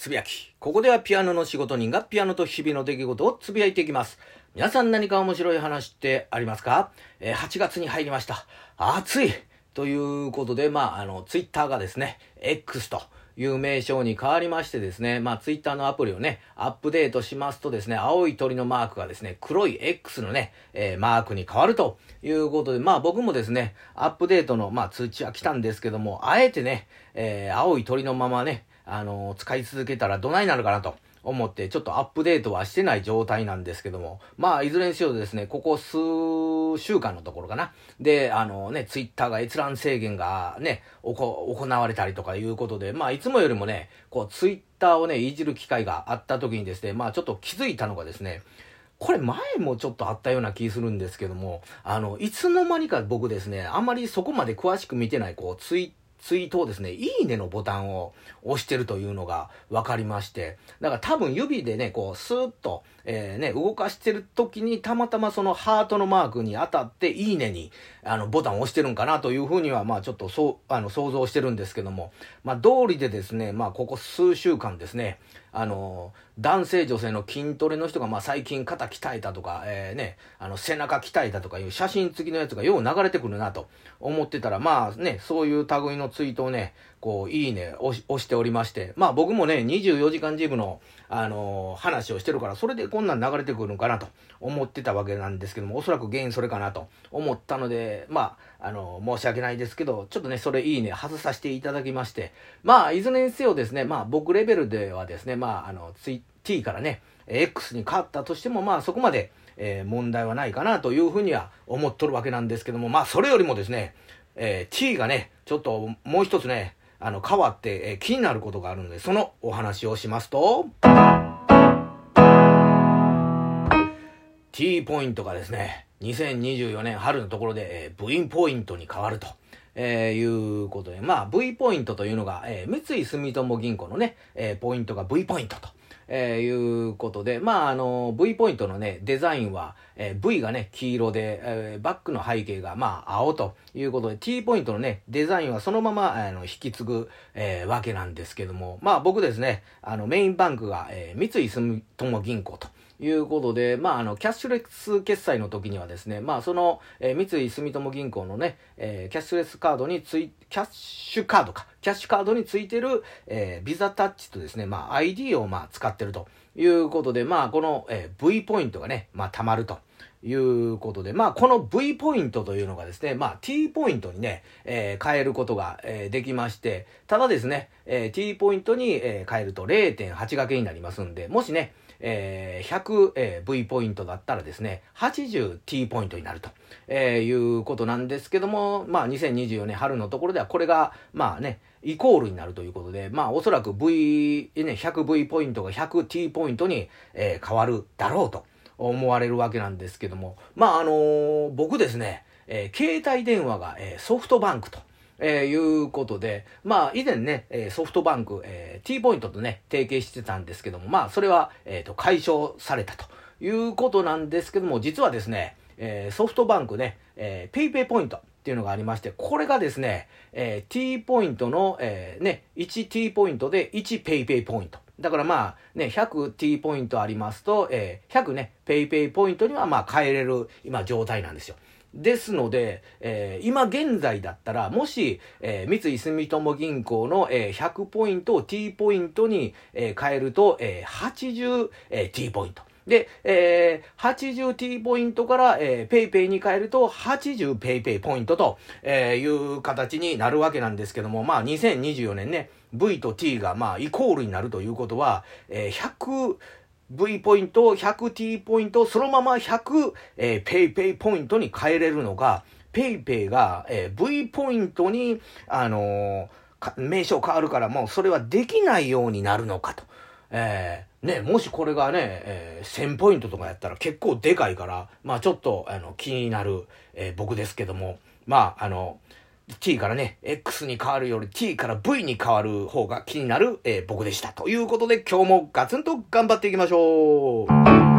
つぶやき。ここではピアノの仕事人がピアノと日々の出来事をつぶやいていきます。皆さん何か面白い話ってありますか？8月に入りました。暑いということで、ツイッターがですね、X という名称に変わりましてですね、ツイッターのアプリをね、アップデートしますとですね、青い鳥のマークがですね、黒い X のね、マークに変わるということで、僕もですね、アップデートの通知は来たんですけども、あえてね、青い鳥のままね、使い続けたらどないなるかなと思ってちょっとアップデートはしてない状態なんですけども、いずれにしろですね、ここ数週間のところかなでツイッターが閲覧制限がね行われたりとかいうことで、いつもよりもねこうツイッターをねいじる機会があった時にですね、ちょっと気づいたのがですね、これ前もちょっとあったような気するんですけども、いつの間にか僕ですね、あんまりそこまで詳しく見てないツイートをですね、いいねのボタンを押してるというのが分かりまして、だから多分指でね、スーッと、動かしてる時にたまたまそのハートのマークに当たっていいねにボタンを押してるんかなというふうにはちょっと想像してるんですけども、道理でですね、ここ数週間ですね、男性女性の筋トレの人が最近肩鍛えたとか、背中鍛えたとかいう写真付きのやつがよう流れてくるなと思ってたら、そういう類のツイートをねいいね押しておりまして、僕もね24時間ジムの話をしてるから、それでこんなん流れてくるのかなと思ってたわけなんですけども、おそらく原因それかなと思ったので、申し訳ないですけど、ちょっとねそれいいね外させていただきまして、いずれにせよですね、僕レベルではですね、T からね X に変わったとしてもそこまで、問題はないかなというふうには思っとるわけなんですけども、それよりもですね、T がねちょっともう一つね変わって、気になることがあるので、そのお話をしますと、 T ポイントがですね2024年春のところで、V ポイントに変わるということで、V ポイントというのが、三井住友銀行のね、ポイントが V ポイントということで、V ポイントのねデザインは、V がね黄色で、バックの背景が青ということで、 T ポイントのねデザインはそのまま引き継ぐ、わけなんですけども、僕ですねメインバンクが、三井住友銀行ということで、キャッシュレス決済の時にはですね、その、三井住友銀行のね、キャッシュレスカードにキャッシュカードについてる、ビザタッチとですね、ID を使ってるということで、この、V ポイントがね、貯まるということで、この V ポイントというのがですね、T ポイントにね、変えることが、できまして、ただですね、T ポイントに、変えると 0.8 掛けになりますんで、もしね、100、V ポイントだったらですね 80T ポイントになると、いうことなんですけども、2024年春のところではこれがイコールになるということで、おそらく 100V ポイントが 100T ポイントに、変わるだろうと思われるわけなんですけども、僕ですね、携帯電話が、ソフトバンクということで、以前ね、ソフトバンク、T ポイントとね提携してたんですけども、それは、解消されたということなんですけども、実はですね、ソフトバンクね、ペイペイポイントっていうのがありまして、これがですね、T ポイントの、1T ポイントで1ペイペイポイントだから100T ポイントありますと、100ねペイペイポイントには変えれる今状態なんですよ。ですので、今現在だったら、もし、三井住友銀行の、100ポイントを T ポイントに、変えると、80T ポイント。で、80T ポイントから、ペイペイに変えると80ペイペイポイントと、いう形になるわけなんですけども、2024年ね、V と T がイコールになるということは、100V ポイント、100T ポイントをそのまま100、ペイペイポイントに変えれるのが、ペイペイが、V ポイントに、名称変わるから、もうそれはできないようになるのかと。もしこれがね、1000ポイントとかやったら結構でかいから、ちょっと気になる、僕ですけども、T からね X に変わるより T から V に変わる方が気になる、僕でしたということで、今日もガツンと頑張っていきましょう。